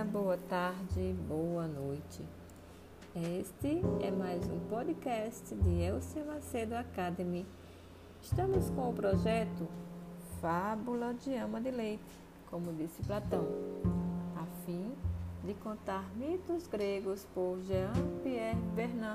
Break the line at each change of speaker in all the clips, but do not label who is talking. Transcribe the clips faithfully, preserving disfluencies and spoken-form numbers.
dia, boa tarde, boa noite. Este é mais um podcast de Elcia Macedo Academy. Estamos com o projeto Fábula de Ama de Leite, como disse Platão, a fim de contar mitos gregos por Jean-Pierre Vernant,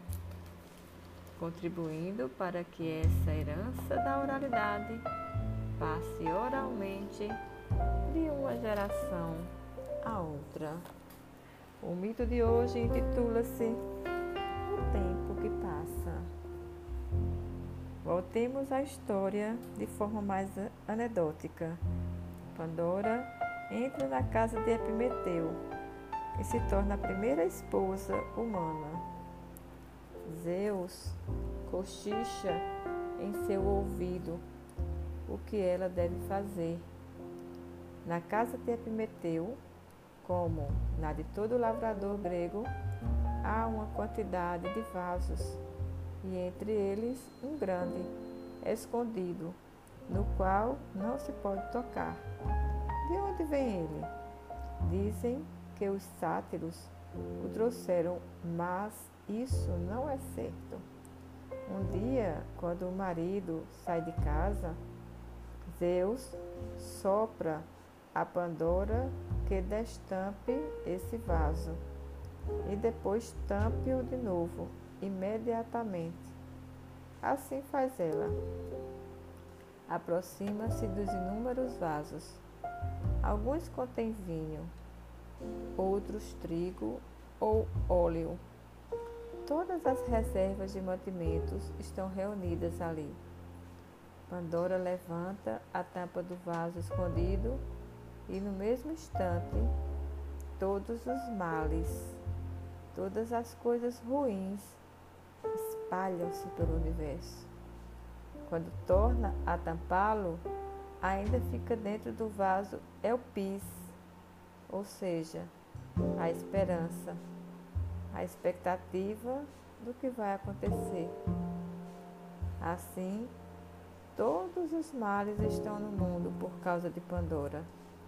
contribuindo para que essa herança da oralidade passe oralmente de uma geração a outra. O mito de hoje intitula-se O Tempo que Passa. Voltemos à história de forma mais anedótica. Pandora entra na casa de Epimeteu e se torna a primeira esposa humana. Zeus cochicha em seu ouvido o que ela deve fazer. Na casa de Epimeteu, como na de todo lavrador grego, há uma quantidade de vasos, e entre eles um grande, escondido, no qual não se pode tocar. De onde vem ele? Dizem que os sátiros o trouxeram, mas isso não é certo. Um dia, quando o marido sai de casa, Zeus sopra a Pandora que destampe esse vaso e depois tampe-o de novo, imediatamente. Assim faz ela. Aproxima-se dos inúmeros vasos. Alguns contêm vinho, outros trigo ou óleo. Todas as reservas de mantimentos estão reunidas ali. Pandora levanta a tampa do vaso escondido e, no mesmo instante, todos os males, todas as coisas ruins espalham-se pelo universo. Quando torna a tampá-lo, ainda fica dentro do vaso Elpis, ou seja, a esperança, a expectativa do que vai acontecer. Assim, todos os males estão no mundo por causa de Pandora.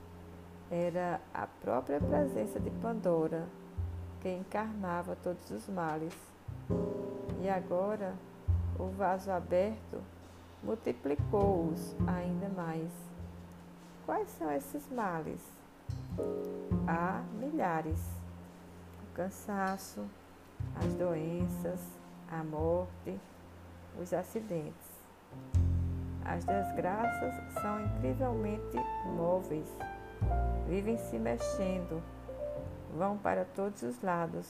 Era a própria presença de Pandora que encarnava todos os males. E agora, o vaso aberto multiplicou-os ainda mais. Quais são esses males? Há milhares. O cansaço, as doenças, a morte, os acidentes. As desgraças são incrivelmente móveis, vivem se mexendo, vão para todos os lados,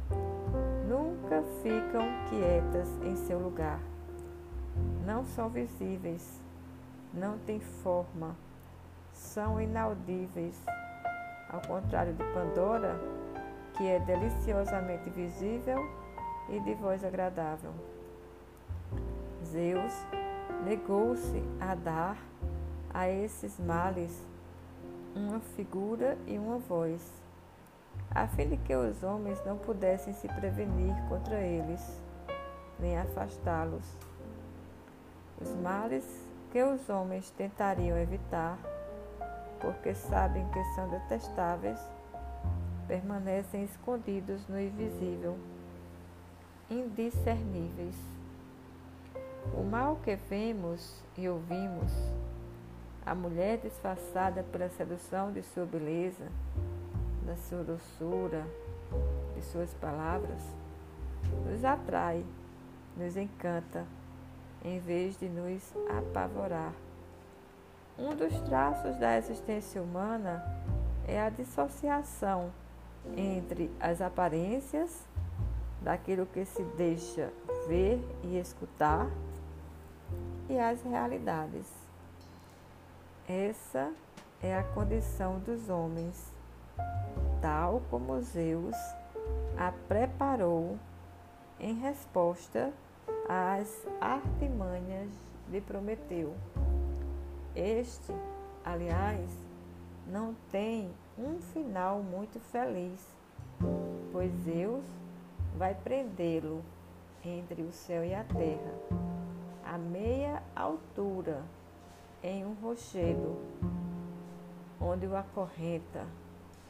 nunca ficam quietas em seu lugar. Não são visíveis, não têm forma, são inaudíveis, ao contrário de Pandora, que é deliciosamente visível e de voz agradável. Zeus negou-se a dar a esses males uma figura e uma voz, a fim de que os homens não pudessem se prevenir contra eles, nem afastá-los. Os males que os homens tentariam evitar, porque sabem que são detestáveis, permanecem escondidos no invisível, indiscerníveis. O mal que vemos e ouvimos, a mulher disfarçada pela sedução de sua beleza, da sua doçura, de suas palavras, nos atrai, nos encanta, em vez de nos apavorar. Um dos traços da existência humana é a dissociação entre as aparências daquilo que se deixa ver e escutar e as realidades. Essa é a condição dos homens, tal como Zeus a preparou em resposta às artimanhas de Prometeu. Este, aliás, não tem um final muito feliz, pois Zeus vai prendê-lo entre o céu e a terra, a meia altura, em um rochedo, onde o acorrenta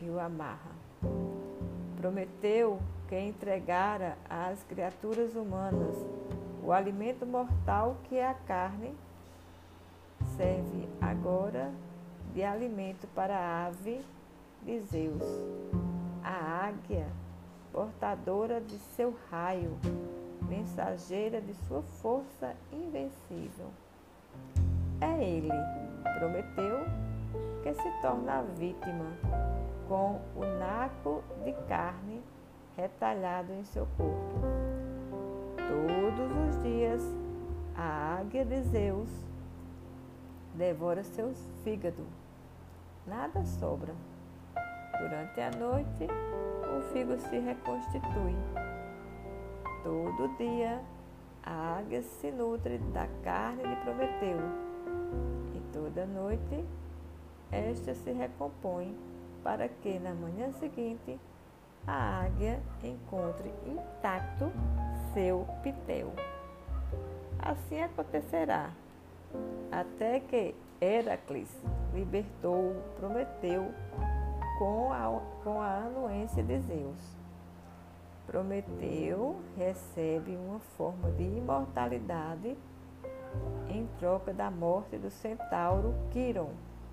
e o amarra. Prometeu que entregara às criaturas humanas o alimento mortal que é a carne, serve agora de alimento para a ave de Zeus, a águia, portadora de seu raio, mensageira de sua força invencível. É ele, Prometeu, que se torna a vítima, com o naco de carne retalhado em seu corpo. Todos os dias, a águia de Zeus devora seu fígado. Nada sobra. Durante a noite, o fígado se reconstitui. Todo dia, a águia se nutre da carne de Prometeu. E toda noite, esta se recompõe para que, na manhã seguinte, a águia encontre intacto seu pitel. Assim acontecerá, até que Heracles libertou Prometeu com a, com a anuência de Zeus. Prometeu recebe uma forma de imortalidade em troca da morte do centauro Quiron.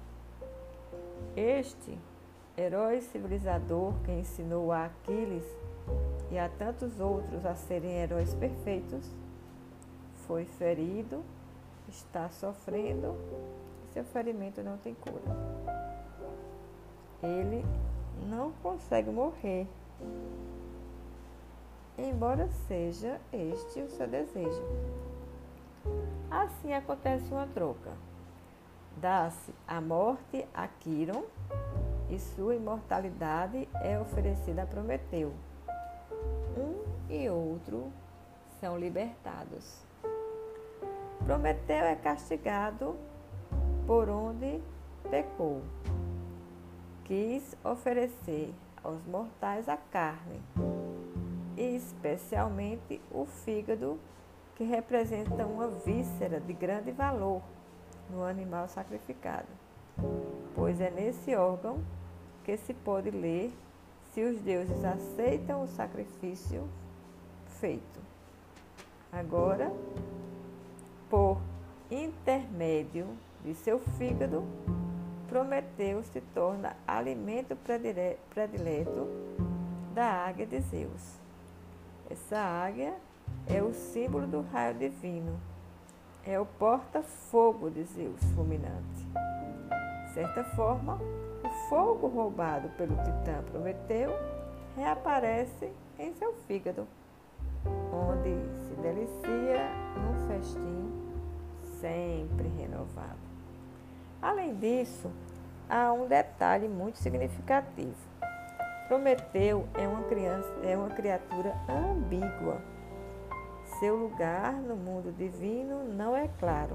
Este herói civilizador que ensinou a Aquiles e a tantos outros a serem heróis perfeitos, foi ferido, está sofrendo e seu ferimento não tem cura. Ele não consegue morrer, embora seja este o seu desejo. Assim acontece uma troca. Dá-se a morte a Quiron e sua imortalidade é oferecida a Prometeu. Um e outro são libertados. Prometeu é castigado por onde pecou. Quis oferecer aos mortais a carne, e especialmente o fígado, que representa uma víscera de grande valor no animal sacrificado, pois é nesse órgão que se pode ler se os deuses aceitam o sacrifício feito. Agora, por intermédio de seu fígado, Prometeu se torna alimento predileto da águia de Zeus. Essa águia é o símbolo do raio divino, é o porta-fogo de Zeus fulminante. De certa forma, o fogo roubado pelo titã Prometeu reaparece em seu fígado, onde se delicia num festim sempre renovado. Além disso, há um detalhe muito significativo. Prometeu é uma, criança, é uma criatura ambígua. Seu lugar no mundo divino não é claro.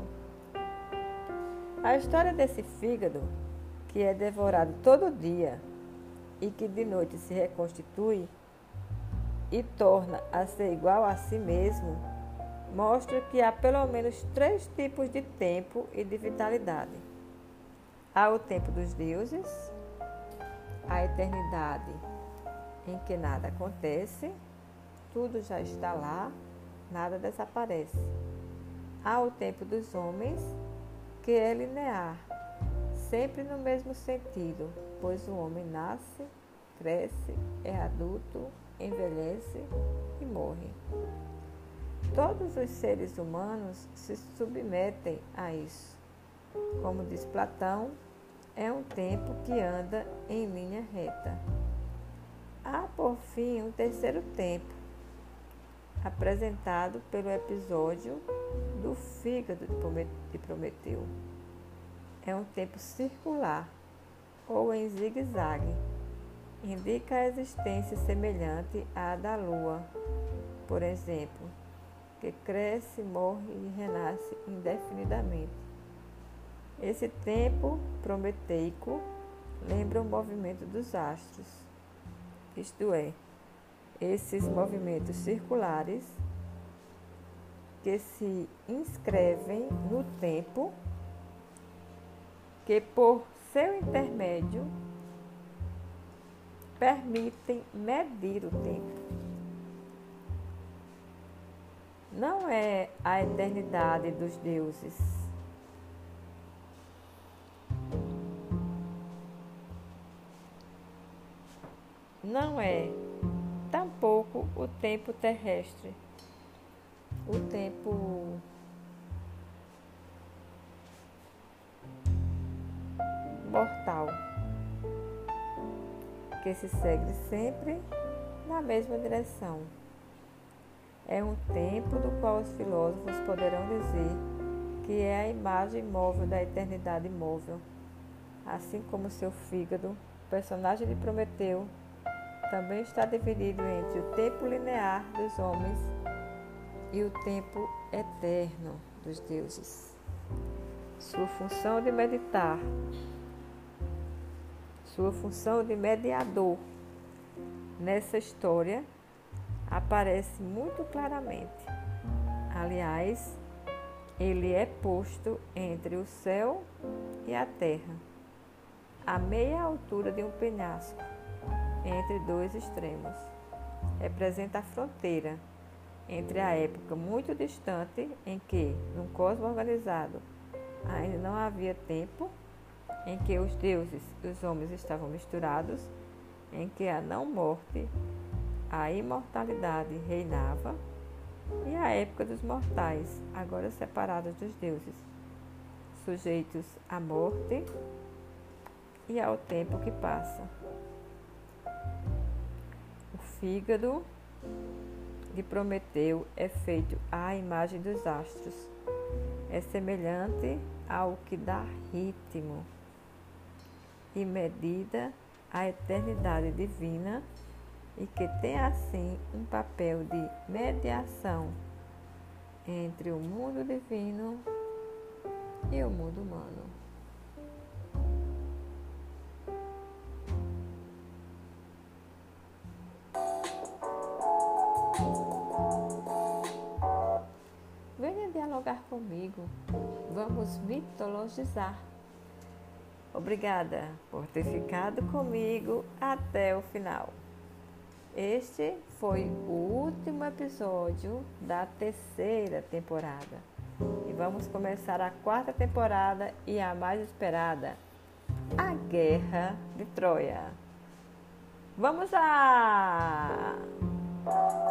A história desse fígado, que é devorado todo dia e que de noite se reconstitui e torna a ser igual a si mesmo, mostra que há pelo menos três tipos de tempo e de vitalidade. Há o tempo dos deuses, a eternidade em que nada acontece, tudo já está lá, nada desaparece. Há o tempo dos homens, que é linear, sempre no mesmo sentido, pois o homem nasce, cresce, é adulto, envelhece e morre. Todos os seres humanos se submetem a isso. Como diz Platão, é um tempo que anda em linha reta. Há, por fim, um terceiro tempo, apresentado pelo episódio do fígado de Prometeu. É um tempo circular, ou em zigue-zague. Indica a existência semelhante à da Lua, por exemplo, que cresce, morre e renasce indefinidamente. Esse tempo prometeico lembra o movimento dos astros, isto é, esses movimentos circulares que se inscrevem no tempo, que por seu intermédio permitem medir o tempo. Não é a eternidade dos deuses. Não é tampouco o tempo terrestre, o tempo mortal, que se segue sempre na mesma direção. É um tempo do qual os filósofos poderão dizer que é a imagem móvel da eternidade móvel. Assim como seu fígado, o personagem de Prometeu também está dividido entre o tempo linear dos homens e o tempo eterno dos deuses. Sua função de meditar, sua função de mediador nessa história aparece muito claramente. Aliás, ele é posto entre o céu e a terra, a meia altura de um penhasco, entre dois extremos. Representa a fronteira entre a época muito distante em que, num cosmos organizado, ainda não havia tempo, em que os deuses e os homens estavam misturados, em que a não-morte, a imortalidade reinava, e a época dos mortais, agora separados dos deuses, sujeitos à morte e ao tempo que passa. O fígado de Prometeu é feito à imagem dos astros. É semelhante ao que dá ritmo e medida à eternidade divina e que tem assim um papel de mediação entre o mundo divino e o mundo humano. Venha dialogar comigo, vamos mitologizar. Obrigada por ter ficado comigo até o final. Este foi o último episódio da terceira temporada. E vamos começar a quarta temporada e a mais esperada, a Guerra de Troia. Vamos lá!